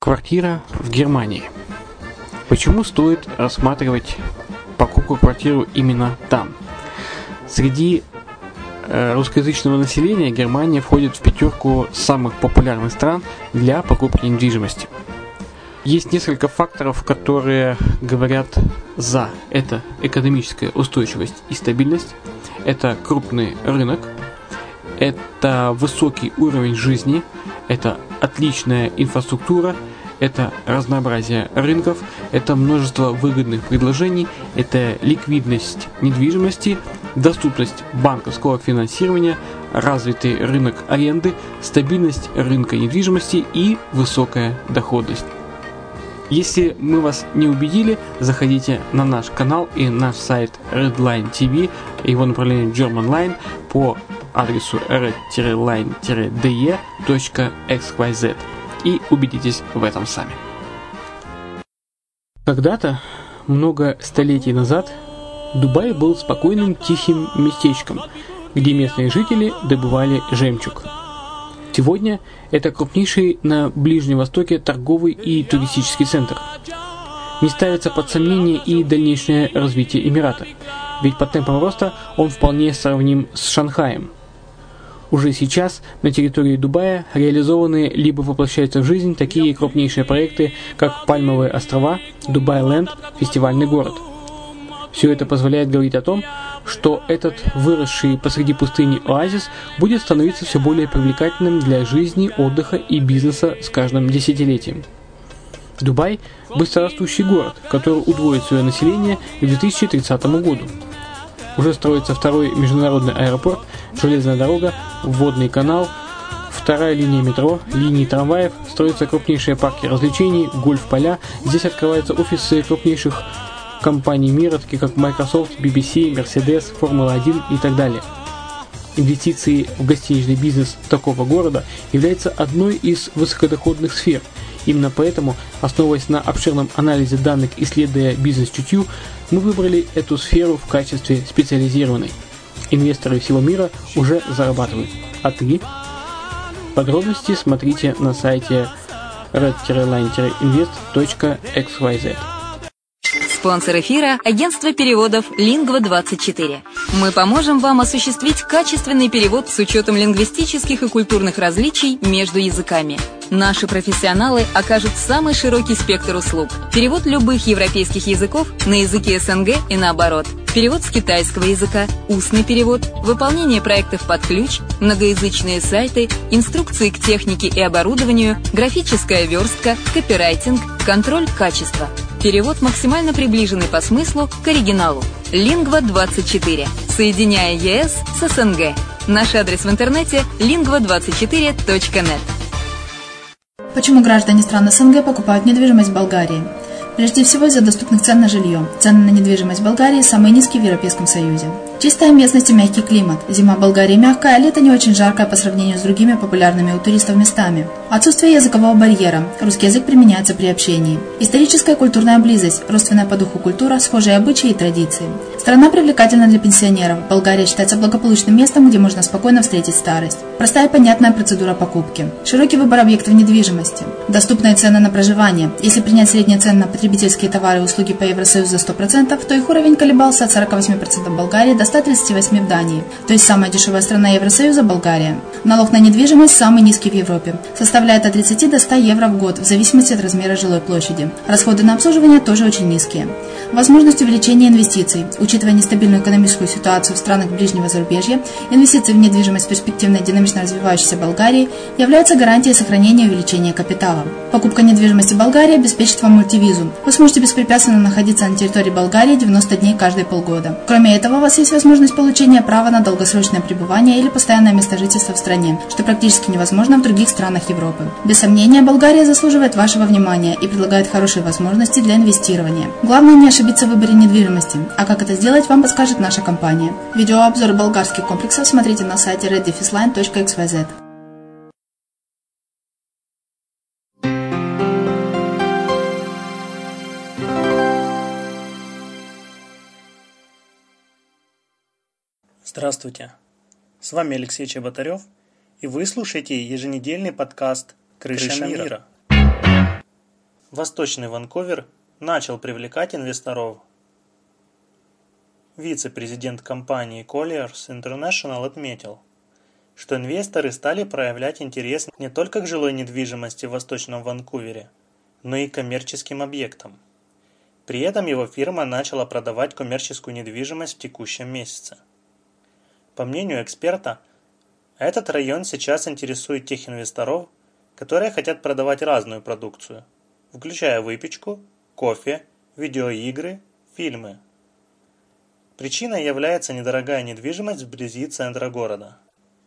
Квартира в Германии. Почему стоит рассматривать покупку квартиры именно там? Среди русскоязычного населения Германия входит в пятерку самых популярных стран для покупки недвижимости. Есть несколько факторов, которые говорят за. Это экономическая устойчивость и стабильность, это крупный рынок, это высокий уровень жизни, это отличная инфраструктура, это разнообразие рынков, это множество выгодных предложений, это ликвидность недвижимости, доступность банковского финансирования, развитый рынок аренды, стабильность рынка недвижимости и высокая доходность. Если мы вас не убедили, заходите на наш канал и наш сайт Redline TV, его направление German Line по адресу red-line-de.xyz и убедитесь в этом сами. Когда-то, много столетий назад, Дубай был спокойным тихим местечком, где местные жители добывали жемчуг. Сегодня это крупнейший на Ближнем Востоке торговый и туристический центр. Не ставится под сомнение и дальнейшее развитие Эмирата, ведь по темпам роста он вполне сравним с Шанхаем. Уже сейчас на территории Дубая реализованы либо воплощаются в жизнь такие крупнейшие проекты, как Пальмовые острова, Дубай-Ленд, фестивальный город. Все это позволяет говорить о том, что этот выросший посреди пустыни оазис будет становиться все более привлекательным для жизни, отдыха и бизнеса с каждым десятилетием. Дубай – быстрорастущий город, который удвоит свое население к 2030 году. Уже строится второй международный аэропорт, железная дорога, водный канал, вторая линия метро, линии трамваев, строятся крупнейшие парки развлечений, гольф-поля. Здесь открываются офисы крупнейших компаний мира, таких как Microsoft, BBC, Mercedes, Формула-1 и так далее. Инвестиции в гостиничный бизнес такого города являются одной из высокодоходных сфер. Именно поэтому, основываясь на обширном анализе данных, исследуя бизнес-чутью, мы выбрали эту сферу в качестве специализированной. Инвесторы всего мира уже зарабатывают. А ты? Подробности смотрите на сайте red-line-invest.xyz. Спонсор эфира – агентство переводов Lingva24. Мы поможем вам осуществить качественный перевод с учетом лингвистических и культурных различий между языками. Наши профессионалы окажут самый широкий спектр услуг. Перевод любых европейских языков на языки СНГ и наоборот. Перевод с китайского языка, устный перевод, выполнение проектов под ключ, многоязычные сайты, инструкции к технике и оборудованию, графическая верстка, копирайтинг, контроль качества. Перевод максимально приближенный по смыслу к оригиналу. Lingva24. Соединяя ЕС с СНГ. Наш адрес в интернете lingva24.net. Почему граждане стран СНГ покупают недвижимость в Болгарии? Прежде всего из-за доступных цен на жилье. Цены на недвижимость в Болгарии самые низкие в Европейском Союзе. Чистая местность и мягкий климат. Зима в Болгарии мягкая, а лето не очень жаркое по сравнению с другими популярными у туристов местами. Отсутствие языкового барьера. Русский язык применяется при общении. Историческая и культурная близость. Родственная по духу культура, схожие обычаи и традиции. Страна привлекательна для пенсионеров. Болгария считается благополучным местом, где можно спокойно встретить старость. Простая и понятная процедура покупки. Широкий выбор объектов недвижимости. Доступные цены на проживание. Если принять средние цены на потребительские товары и услуги по Евросоюзу за 100%, то их уровень колебался от 48% в Болгарии до 138% в Дании. То есть самая дешевая страна Евросоюза – Болгария. Налог на недвижимость самый низкий в Европе. Составляет от 30 до 100 евро в год, в зависимости от размера жилой площади. Расходы на обслуживание тоже очень низкие. Возможность увеличения инвестиций. Учитывая нестабильную экономическую ситуацию в странах ближнего зарубежья, инвестиции в недвижимость в перспективной динамично развивающейся Болгарии являются гарантией сохранения и увеличения капитала. Покупка недвижимости в Болгарии обеспечит вам мультивизу. Вы сможете беспрепятственно находиться на территории Болгарии 90 дней каждые полгода. Кроме этого, у вас есть возможность получения права на долгосрочное пребывание или постоянное место жительства в стране, что практически невозможно в других странах Европы. Без сомнения, Болгария заслуживает вашего внимания и предлагает хорошие возможности для инвестирования. Главное не ошибиться в выборе недвижимости, а как это сделать, вам подскажет наша компания. Видеообзор болгарских комплексов смотрите на сайте red-line.xyz. Здравствуйте, с вами Алексей Чеботарев, и вы слушаете еженедельный подкаст «Крыша мира». Восточный Ванкувер начал привлекать инвесторов. Вице-президент компании Colliers International отметил, что инвесторы стали проявлять интерес не только к жилой недвижимости в Восточном Ванкувере, но и к коммерческим объектам. При этом его фирма начала продавать коммерческую недвижимость в текущем месяце. По мнению эксперта, этот район сейчас интересует тех инвесторов, которые хотят продавать разную продукцию, включая выпечку, кофе, видеоигры, фильмы. Причиной является недорогая недвижимость вблизи центра города.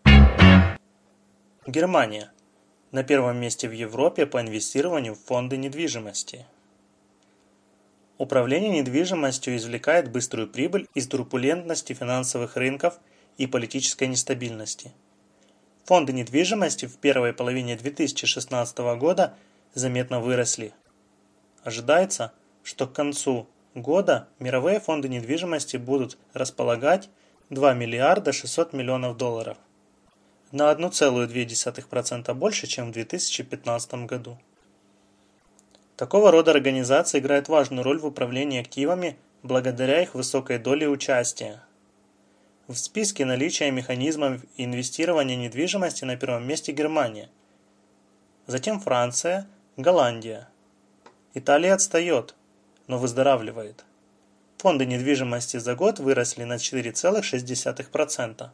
Германия. На первом месте в Европе по инвестированию в фонды недвижимости. Управление недвижимостью извлекает быструю прибыль из турбулентности финансовых рынков и политической нестабильности. Фонды недвижимости в первой половине 2016 года заметно выросли. Ожидается, что к концу года мировые фонды недвижимости будут располагать 2 миллиарда 600 миллионов долларов, на 1,2% больше, чем в 2015 году. Такого рода организации играют важную роль в управлении активами благодаря их высокой доле участия. В списке наличия механизмов инвестирования недвижимости на первом месте Германия, затем Франция, Голландия. Италия отстает, но выздоравливает. Фонды недвижимости за год выросли на 4,6%.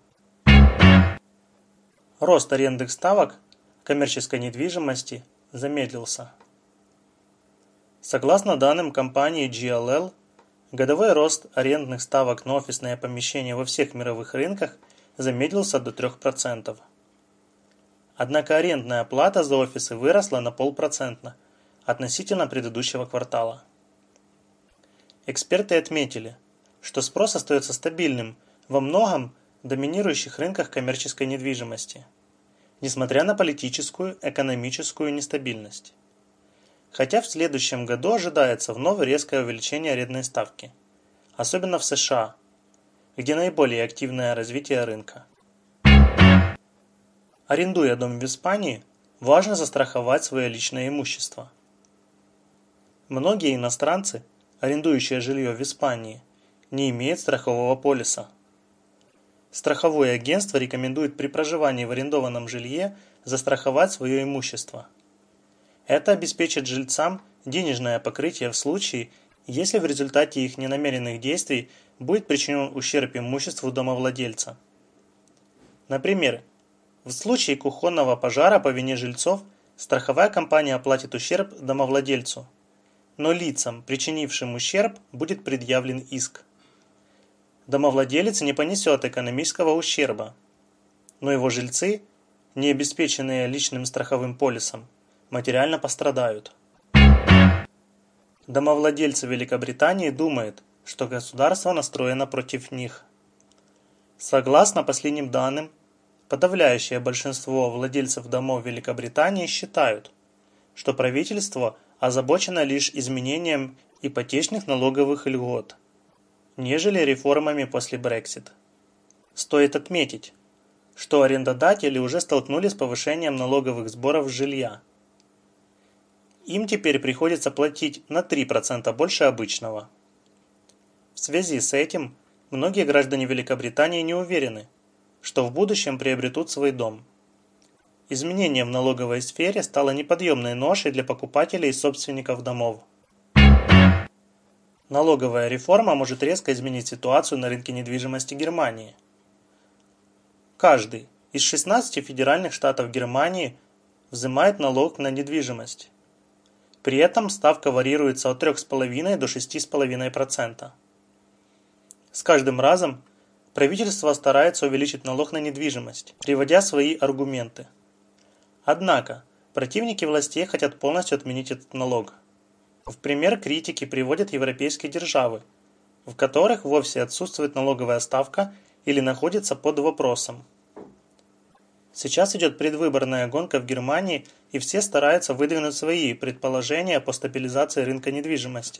Рост арендных ставок коммерческой недвижимости замедлился. Согласно данным компании JLL, годовой рост арендных ставок на офисные помещения во всех мировых рынках замедлился до 3%. Однако арендная плата за офисы выросла на 0,5% относительно предыдущего квартала. Эксперты отметили, что спрос остается стабильным во многом доминирующих рынках коммерческой недвижимости, несмотря на политическую, экономическую нестабильность. Хотя в следующем году ожидается вновь резкое увеличение арендной ставки, особенно в США, где наиболее активное развитие рынка. Арендуя дом в Испании, важно застраховать свое личное имущество. Многие иностранцы, арендующие жилье в Испании, не имеют страхового полиса. Страховое агентство рекомендует при проживании в арендованном жилье застраховать свое имущество. Это обеспечит жильцам денежное покрытие в случае, если в результате их ненамеренных действий будет причинен ущерб имуществу домовладельца. Например, в случае кухонного пожара по вине жильцов страховая компания оплатит ущерб домовладельцу, но лицам, причинившим ущерб, будет предъявлен иск. Домовладелец не понесет экономического ущерба, но его жильцы, не обеспеченные личным страховым полисом, материально пострадают. Домовладельцы Великобритании думают, что государство настроено против них. Согласно последним данным, подавляющее большинство владельцев домов Великобритании считают, что правительство озабочено лишь изменением ипотечных налоговых льгот, нежели реформами после Brexit. Стоит отметить, что арендодатели уже столкнулись с повышением налоговых сборов с жилья. Им теперь приходится платить на 3% больше обычного. В связи с этим многие граждане Великобритании не уверены, что в будущем приобретут свой дом. Изменение в налоговой сфере стало неподъемной ношей для покупателей и собственников домов. Налоговая реформа может резко изменить ситуацию на рынке недвижимости Германии. Каждый из 16 федеральных штатов Германии взимает налог на недвижимость. При этом ставка варьируется от 3,5 до 6,5%. С каждым разом правительство старается увеличить налог на недвижимость, приводя свои аргументы. Однако, противники властей хотят полностью отменить этот налог. В пример критики приводят европейские державы, в которых вовсе отсутствует налоговая ставка или находится под вопросом. Сейчас идет предвыборная гонка в Германии, и все стараются выдвинуть свои предположения по стабилизации рынка недвижимости.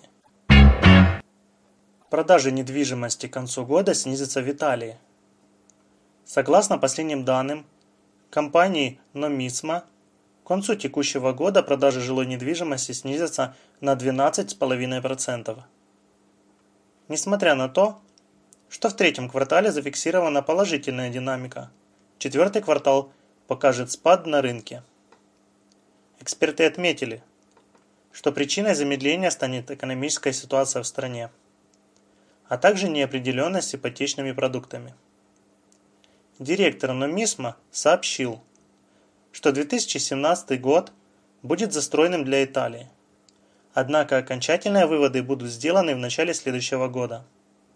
Продажи недвижимости к концу года снизятся в Италии. Согласно последним данным компании Nomisma, К концу текущего года продажи жилой недвижимости снизятся на 12,5%. Несмотря на то, что в третьем квартале зафиксирована положительная динамика, четвертый квартал покажет спад на рынке. Эксперты отметили, что причиной замедления станет экономическая ситуация в стране, а также неопределенность с ипотечными продуктами. Директор Нумисма сообщил, что 2017 год будет застроенным для Италии, однако окончательные выводы будут сделаны в начале следующего года.